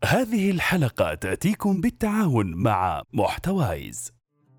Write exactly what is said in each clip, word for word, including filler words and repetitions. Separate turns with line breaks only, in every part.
هذه الحلقة تأتيكم بالتعاون مع محتوايز.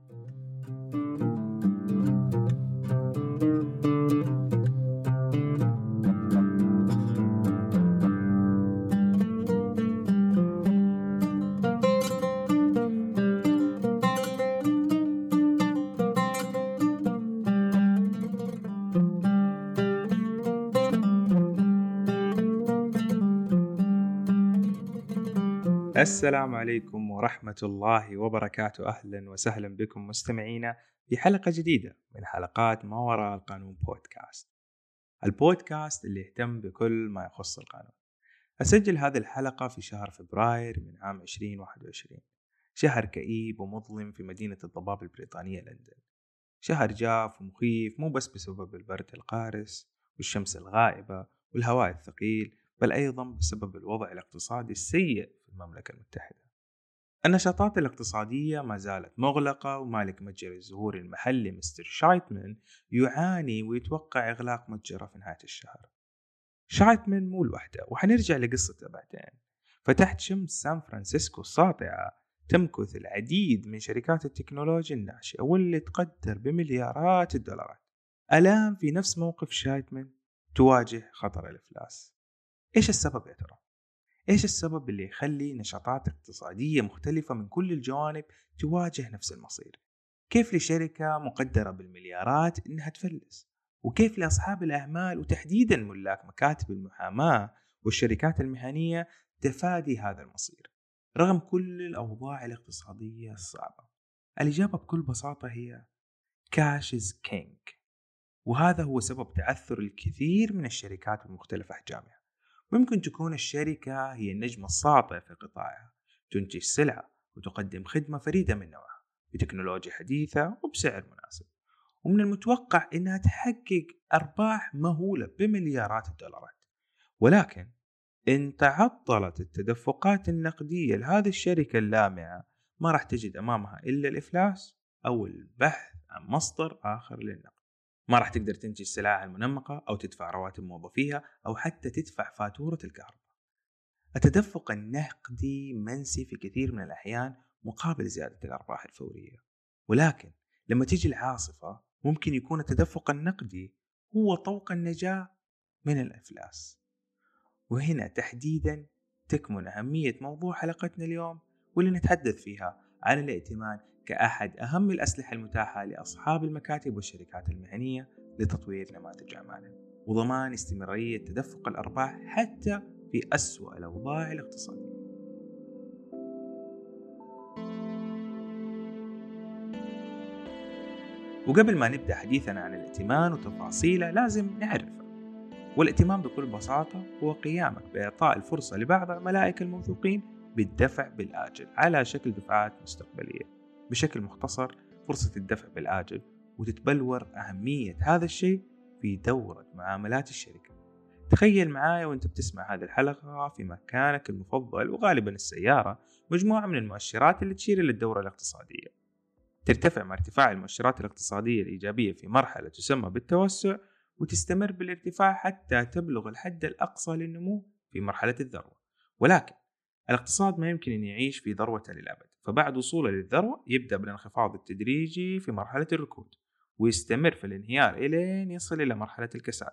السلام عليكم ورحمة الله وبركاته. أهلا وسهلا بكم مستمعينا في حلقة جديدة من حلقات ما وراء القانون بودكاست، البودكاست اللي يهتم بكل ما يخص القانون. أسجل هذه الحلقة في شهر فبراير من عام عشرين واحد وعشرين، شهر كئيب ومظلم في مدينة الضباب البريطانية لندن. شهر جاف ومخيف مو بس بسبب البرد القارس والشمس الغائبة والهواء الثقيل، بل أيضا بسبب الوضع الاقتصادي السيء في المملكة المتحدة. النشاطات الاقتصادية ما زالت مغلقة، ومالك متجر الزهور المحلي مستر شايتمان يعاني ويتوقع إغلاق متجره في نهاية الشهر. شايتمان مو لوحده، وحنرجع لقصته بعدين. فتحت شمس سان فرانسيسكو الساطعة تمكث العديد من شركات التكنولوجيا الناشئة واللي تقدر بمليارات الدولارات. الآن في نفس موقف شايتمان تواجه خطر الإفلاس. إيش السبب يا ترى؟ إيش السبب اللي يخلي نشاطات اقتصادية مختلفة من كل الجوانب تواجه نفس المصير؟ كيف لشركة مقدرة بالمليارات إنها تفلس؟ وكيف لأصحاب الأعمال وتحديدا ملاك مكاتب المحاماة والشركات المهنية تفادي هذا المصير رغم كل الأوضاع الاقتصادية الصعبة؟ الإجابة بكل بساطة هي كاش is king. وهذا هو سبب تعثر الكثير من الشركات بمختلف أحجامها. ممكن تكون الشركة هي النجم الساطع في قطاعها، تنتج سلعة وتقدم خدمة فريدة من نوعها بتكنولوجيا حديثة وبسعر مناسب، ومن المتوقع أنها تحقق أرباح مهولة بمليارات الدولارات. ولكن إن تعطلت التدفقات النقدية لهذه الشركة اللامعة، ما راح تجد أمامها إلا الإفلاس أو البحث عن مصدر آخر للنقد. ما راح تقدر تنتج سلعها المنمقة أو تدفع رواتب موظفيها أو حتى تدفع فاتورة الكهرباء. التدفق النقدي منسي في كثير من الأحيان مقابل زيادة الأرباح الفورية، ولكن لما تيجي العاصفة ممكن يكون التدفق النقدي هو طوق النجاة من الإفلاس. وهنا تحديدا تكمن أهمية موضوع حلقتنا اليوم، واللي نتحدث فيها عن الائتمان كأحد أهم الأسلحة المتاحة لأصحاب المكاتب والشركات المهنية لتطوير نماذج أعمالهم وضمان استمرارية تدفق الأرباح حتى في أسوأ الأوضاع الاقتصادية. وقبل ما نبدأ حديثنا عن الائتمان وتفاصيله لازم نعرف، والائتمان بكل بساطة هو قيامك بإعطاء الفرصة لبعض عملائك الموثوقين بالدفع بالآجل على شكل دفعات مستقبلية. بشكل مختصر، فرصة الدفع بالآجل، وتتبلور أهمية هذا الشيء في دورة معاملات الشركة. تخيل معايا وانت بتسمع هذه الحلقة في مكانك المفضل وغالبا السيارة مجموعة من المؤشرات اللي تشير إلى الدورة الاقتصادية. ترتفع مع ارتفاع المؤشرات الاقتصادية الإيجابية في مرحلة تسمى بالتوسع، وتستمر بالارتفاع حتى تبلغ الحد الأقصى للنمو في مرحلة الذروة. ولكن الاقتصاد ما يمكن أن يعيش في ذروة للأبد، فبعد وصوله للذروة يبدأ بالانخفاض التدريجي في مرحلة الركود، ويستمر في الانهيار إلين يصل إلى مرحلة الكساد،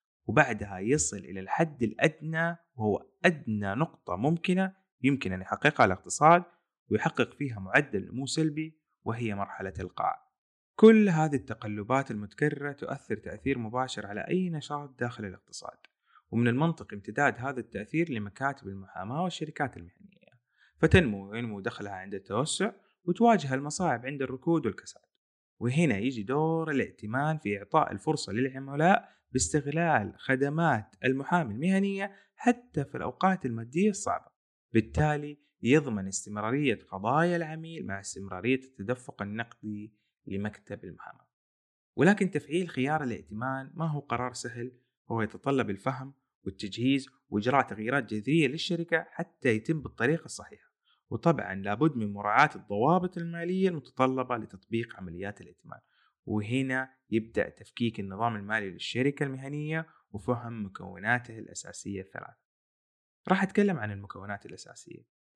وبعدها يصل إلى الحد الأدنى وهو أدنى نقطة ممكنة يمكن أن يحققها الاقتصاد ويحقق فيها معدل نمو سلبي، وهي مرحلة القاع. كل هذه التقلبات المتكررة تؤثر تأثير مباشر على أي نشاط داخل الاقتصاد، ومن المنطق امتداد هذا التأثير لمكاتب المحاماة والشركات المهنية، فتنمو وينمو دخلها عند التوسع وتواجه المصاعب عند الركود والكساد. وهنا يجي دور الائتمان في إعطاء الفرصة للعملاء باستغلال خدمات المحامي المهنية حتى في الأوقات المادية الصعبة. بالتالي يضمن استمرارية قضايا العميل مع استمرارية التدفق النقدي لمكتب المحاماة. ولكن تفعيل خيار الائتمان ما هو قرار سهل، هو يتطلب الفهم والتجهيز وإجراء تغييرات جذرية للشركة حتى يتم بالطريقة الصحيحة. وطبعا لابد من مراعاة الضوابط المالية المتطلبة لتطبيق عمليات الائتمان. وهنا يبدأ تفكيك النظام المالي للشركة المهنية وفهم مكوناته الأساسية الثلاثة. راح أتكلم عن المكونات الأساسية.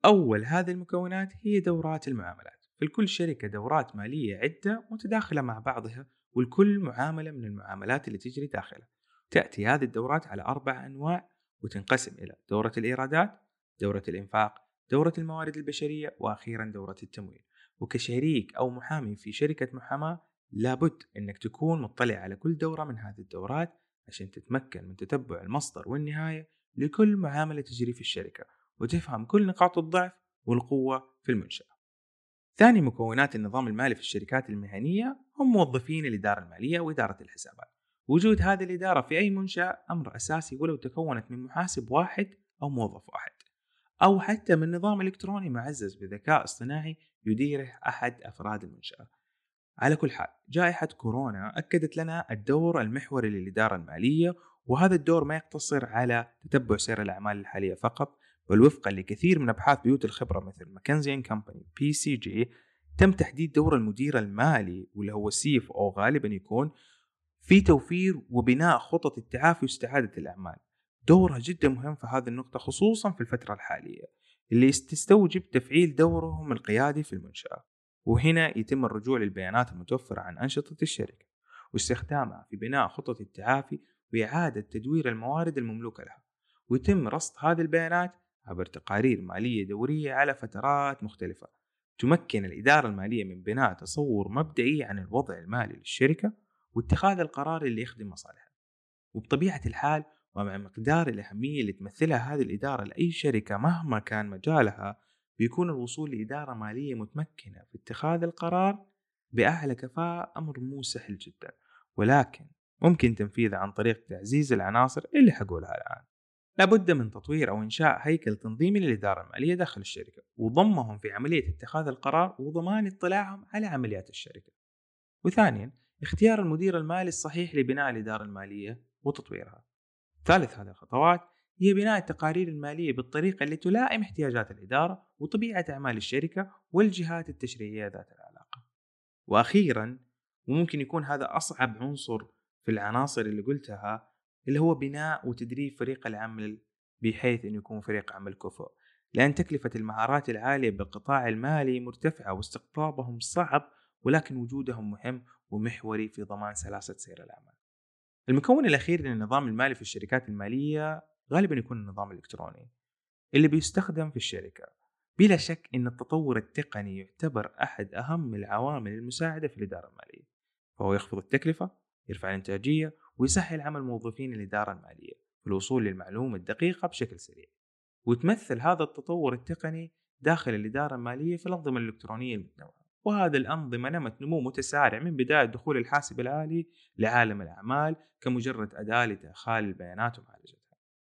أول هذه المكونات هي دورات المعاملات. في كل شركة دورات مالية عدة متداخلة مع بعضها، والكل معاملة من المعاملات اللي تجري داخلها. تأتي هذه الدورات على أربع أنواع، وتنقسم إلى دورة الإيرادات، دورة الإنفاق، دورة الموارد البشرية، وأخيرا دورة التمويل. وكشريك أو محامي في شركة محاماة لابد أنك تكون مطلع على كل دورة من هذه الدورات عشان تتمكن من تتبع المصدر والنهاية لكل معاملة تجري في الشركة، وتفهم كل نقاط الضعف والقوة في المنشأة. ثاني مكونات النظام المالي في الشركات المهنية هم موظفين الإدارة المالية وإدارة الحسابات. وجود هذه الإدارة في أي منشأة أمر أساسي، ولو تكونت من محاسب واحد أو موظف واحد، أو حتى من نظام إلكتروني معزز بذكاء اصطناعي يديره أحد أفراد المنشأة. على كل حال، جائحة كورونا أكدت لنا الدور المحوري للإدارة المالية، وهذا الدور ما يقتصر على تتبع سير الأعمال الحالية فقط، بل وفقا لكثير من أبحاث بيوت الخبرة مثل ماكنزي أند كومباني بي سي جي، تم تحديد دور المدير المالي واللي هو سيف أو غالبا يكون في توفير وبناء خطط التعافي واستعادة الأعمال. دورها جدا مهم في هذه النقطة، خصوصا في الفترة الحالية اللي تستوجب تفعيل دورهم القيادي في المنشأة. وهنا يتم الرجوع للبيانات المتوفرة عن أنشطة الشركة واستخدامها في بناء خطط التعافي وإعادة تدوير الموارد المملوكة لها، ويتم رصد هذه البيانات عبر تقارير مالية دورية على فترات مختلفة. تمكن الإدارة المالية من بناء تصور مبدئي عن الوضع المالي للشركة واتخاذ القرار اللي يخدم مصالحها. وبطبيعة الحال، ومع مقدار الأهمية اللي تمثلها هذه الإدارة لأي شركة مهما كان مجالها، بيكون الوصول لإدارة مالية متمكنة في اتخاذ القرار بأعلى كفاءة أمر مو سهل جدا، ولكن ممكن تنفيذه عن طريق تعزيز العناصر اللي حقولها الآن. لابد من تطوير أو إنشاء هيكل تنظيمي للإدارة المالية داخل الشركة، وضمهم في عملية اتخاذ القرار وضمان اطلاعهم على عمليات الشركة. وثانيا، اختيار المدير المالي الصحيح لبناء الإدارة المالية وتطويرها. ثالث هذه الخطوات هي بناء التقارير المالية بالطريقة اللي تلائم احتياجات الإدارة وطبيعة أعمال الشركة والجهات التشريعية ذات العلاقة. وأخيرا، وممكن يكون هذا أصعب عنصر في العناصر اللي قلتها، اللي هو بناء وتدريب فريق العمل بحيث أن يكون فريق عمل كفؤ، لأن تكلفة المهارات العالية بالقطاع المالي مرتفعة واستقطابهم صعب، ولكن وجودهم مهم ومحوري في ضمان سلاسة سير الأعمال. المكون الأخير للنظام المالي في الشركات المالية غالبا يكون النظام الإلكتروني اللي بيستخدم في الشركة. بلا شك أن التطور التقني يعتبر أحد أهم العوامل المساعدة في الإدارة المالية، فهو يخفض التكلفة، يرفع الإنتاجية، ويسهل عمل موظفين الإدارة المالية في الوصول للمعلومة الدقيقة بشكل سريع. وتمثل هذا التطور التقني داخل الإدارة المالية في الأنظمة الإلكترونية المتنوعة، وهذه الأنظمة نمت نمو متسارع من بداية دخول الحاسب الآلي لعالم الأعمال كمجرد أداة لإدخال البيانات ومعالجتها،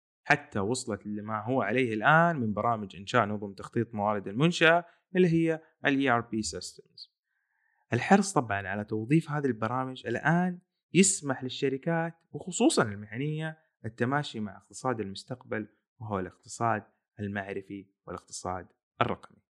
حتى وصلت لما هو عليه الآن من برامج إنشاء نظم تخطيط موارد المنشأة اللي هي ال إي آر بي Systems. الحرص طبعا على توظيف هذه البرامج الآن يسمح للشركات وخصوصا المهنية التماشي مع اقتصاد المستقبل، وهو الاقتصاد المعرفي والاقتصاد الرقمي.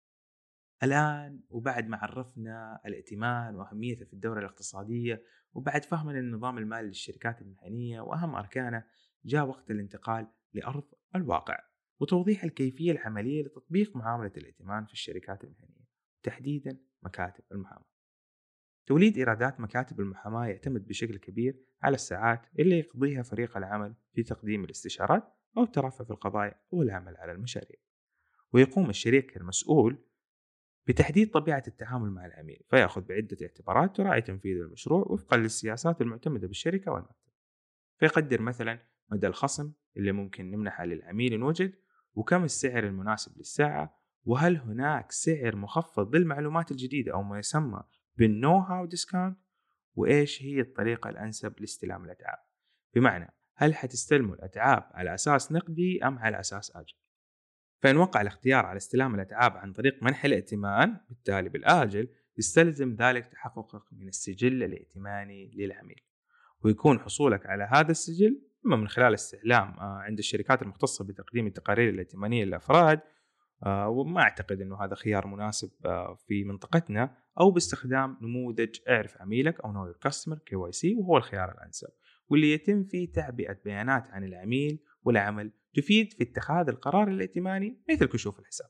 الآن وبعد ما عرفنا الائتمان وأهميته في الدورة الاقتصادية، وبعد فهمنا النظام المالي للشركات المهنية وأهم أركانه، جاء وقت الانتقال لأرض الواقع وتوضيح الكيفية العملية لتطبيق معاملة الائتمان في الشركات المهنية، تحديدا مكاتب المحاماة. توليد إيرادات مكاتب المحاماة يعتمد بشكل كبير على الساعات اللي يقضيها فريق العمل في تقديم الاستشارات أو الترفع في القضايا أو العمل على المشاريع. ويقوم الشريك المسؤول بتحديد طبيعة التعامل مع العميل، فيأخذ بعدة اعتبارات تراعي تنفيذ المشروع وفقا للسياسات المعتمدة بالشركة والمكتب. فيقدر مثلا مدى الخصم اللي ممكن نمنحه للعميل إن وجد، وكم السعر المناسب للساعة، وهل هناك سعر مخفض للمعلومات الجديدة أو ما يسمى بالنو هاو ديسكاونت، وإيش هي الطريقة الأنسب لاستلام الأتعاب. بمعنى، هل حتستلموا الأتعاب على أساس نقدي أم على أساس آجل؟ فإن وقع الاختيار على استلام الأتعاب عن طريق منح الائتمان، بالتالي بالآجل يستلزم ذلك تحققك من السجل الائتماني للعميل، ويكون حصولك على هذا السجل إما من خلال استعلام عند الشركات المختصة بتقديم التقارير الائتمانية للأفراد، وما أعتقد أنه هذا خيار مناسب في منطقتنا، أو باستخدام نموذج اعرف عميلك أو Know Your Customer كي واي سي، وهو الخيار الأنسب، واللي يتم فيه تعبئة بيانات عن العميل والعمل تفيد في اتخاذ القرار الائتماني مثل كشوف الحسابات.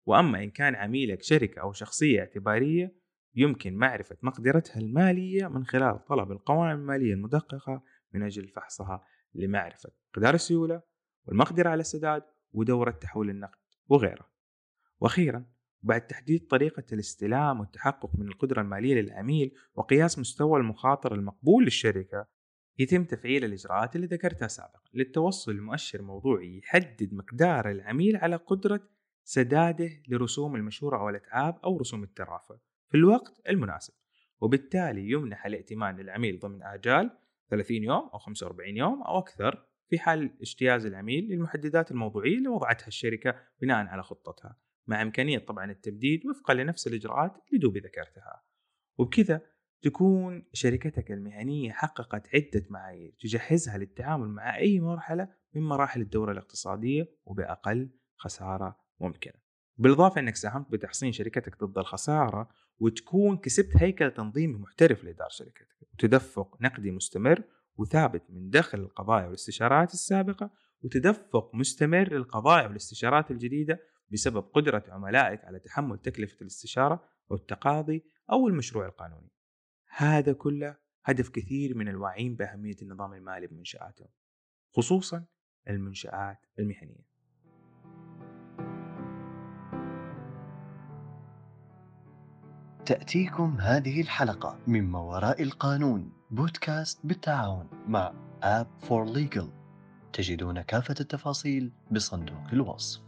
وأما إن كان عميلك شركة أو شخصية اعتبارية يمكن معرفة مقدرتها المالية من خلال طلب القوائم المالية المدققة من أجل فحصها لمعرفة مقدار السيولة والمقدرة على السداد ودورة تحويل النقد وغيره. وأخيرا، بعد تحديد طريقة الاستلام والتحقق من القدرة المالية للعميل وقياس مستوى المخاطر المقبول للشركة، يتم تفعيل الإجراءات اللي ذكرتها سابقا للتوصل لمؤشر موضوعي يحدد مقدار العميل على قدرة سداده لرسوم المشورة أو الأتعاب أو رسوم الترافع في الوقت المناسب، وبالتالي يمنح الائتمان للعميل ضمن آجال ثلاثين يوم أو خمسة وأربعين يوم أو أكثر في حال اجتياز العميل للمحددات الموضوعية اللي وضعتها الشركة بناء على خطتها، مع إمكانية طبعا التبديد وفقا لنفس الإجراءات اللي دوبي ذكرتها. وبكذا تكون شركتك المهنية حققت عدة معايير تجهزها للتعامل مع أي مرحلة من مراحل الدورة الاقتصادية وبأقل خسارة ممكنة. بالإضافة أنك ساهمت بتحصين شركتك ضد الخسارة وتكون كسبت هيكل تنظيمي محترف لإدارة شركتك وتدفق نقدي مستمر وثابت من دخل القضايا والاستشارات السابقة وتدفق مستمر للقضايا والاستشارات الجديدة بسبب قدرة عملائك على تحمل تكلفة الاستشارة أو التقاضي أو المشروع القانوني. هذا كله هدف كثير من الواعين بأهمية النظام المالي بمنشآتهم، خصوصا المنشآت المهنية.
تأتيكم هذه الحلقة من ما وراء القانون بودكاست بالتعاون مع آب فور ليجل. تجدون كافة التفاصيل بصندوق الوصف.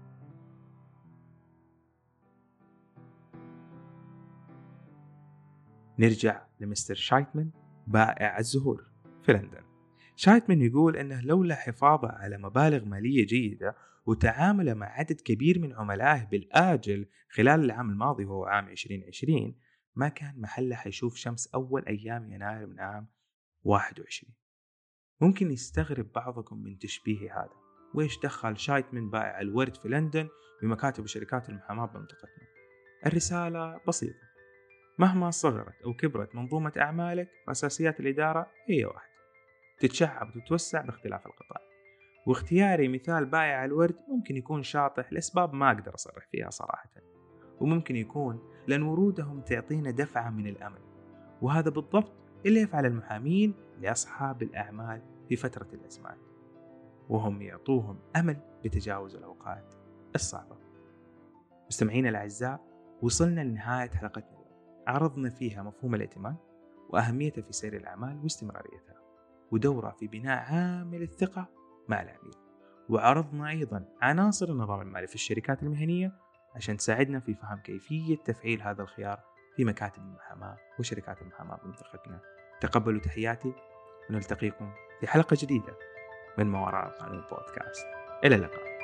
نرجع لمستر شايتمان بائع الزهور في لندن. شايتمان يقول أنه لولا حفاظه على مبالغ مالية جيدة وتعامله مع عدد كبير من عملائه بالآجل خلال العام الماضي وهو عام عشرين عشرين ما كان محله حيشوف شمس أول أيام يناير من عام واحد وعشرين. ممكن يستغرب بعضكم من تشبيهي هذا، وإيش دخل شايتمان بائع الورد في لندن بمكاتب وشركات المحاماة بمنطقتنا؟ الرسالة بسيطة: مهما صغرت أو كبرت منظومة أعمالك وأساسيات الإدارة هي واحدة، تتشعب وتتوسع باختلاف القطاع. واختياري مثال بائع الورد ممكن يكون شاطح لأسباب ما أقدر أصرح فيها صراحة، وممكن يكون لأن ورودهم تعطينا دفعة من الأمل، وهذا بالضبط اللي يفعل المحامين لأصحاب الأعمال في فترة الأزمات، وهم يعطوهم أمل بتجاوز الأوقات الصعبة. مستمعين الأعزاء، وصلنا لنهاية حلقتنا. عرضنا فيها مفهوم الائتمان وأهميته في سير الأعمال واستمراريتها ودوره في بناء عامل الثقة مع العميل، وعرضنا أيضا عناصر النظام المالي في الشركات المهنية عشان تساعدنا في فهم كيفية تفعيل هذا الخيار في مكاتب المحاماة وشركات المحاماة بمنطقتنا. تقبلوا تحياتي ونلتقيكم في حلقة جديدة من ما وراء القانون بودكاست. إلى اللقاء.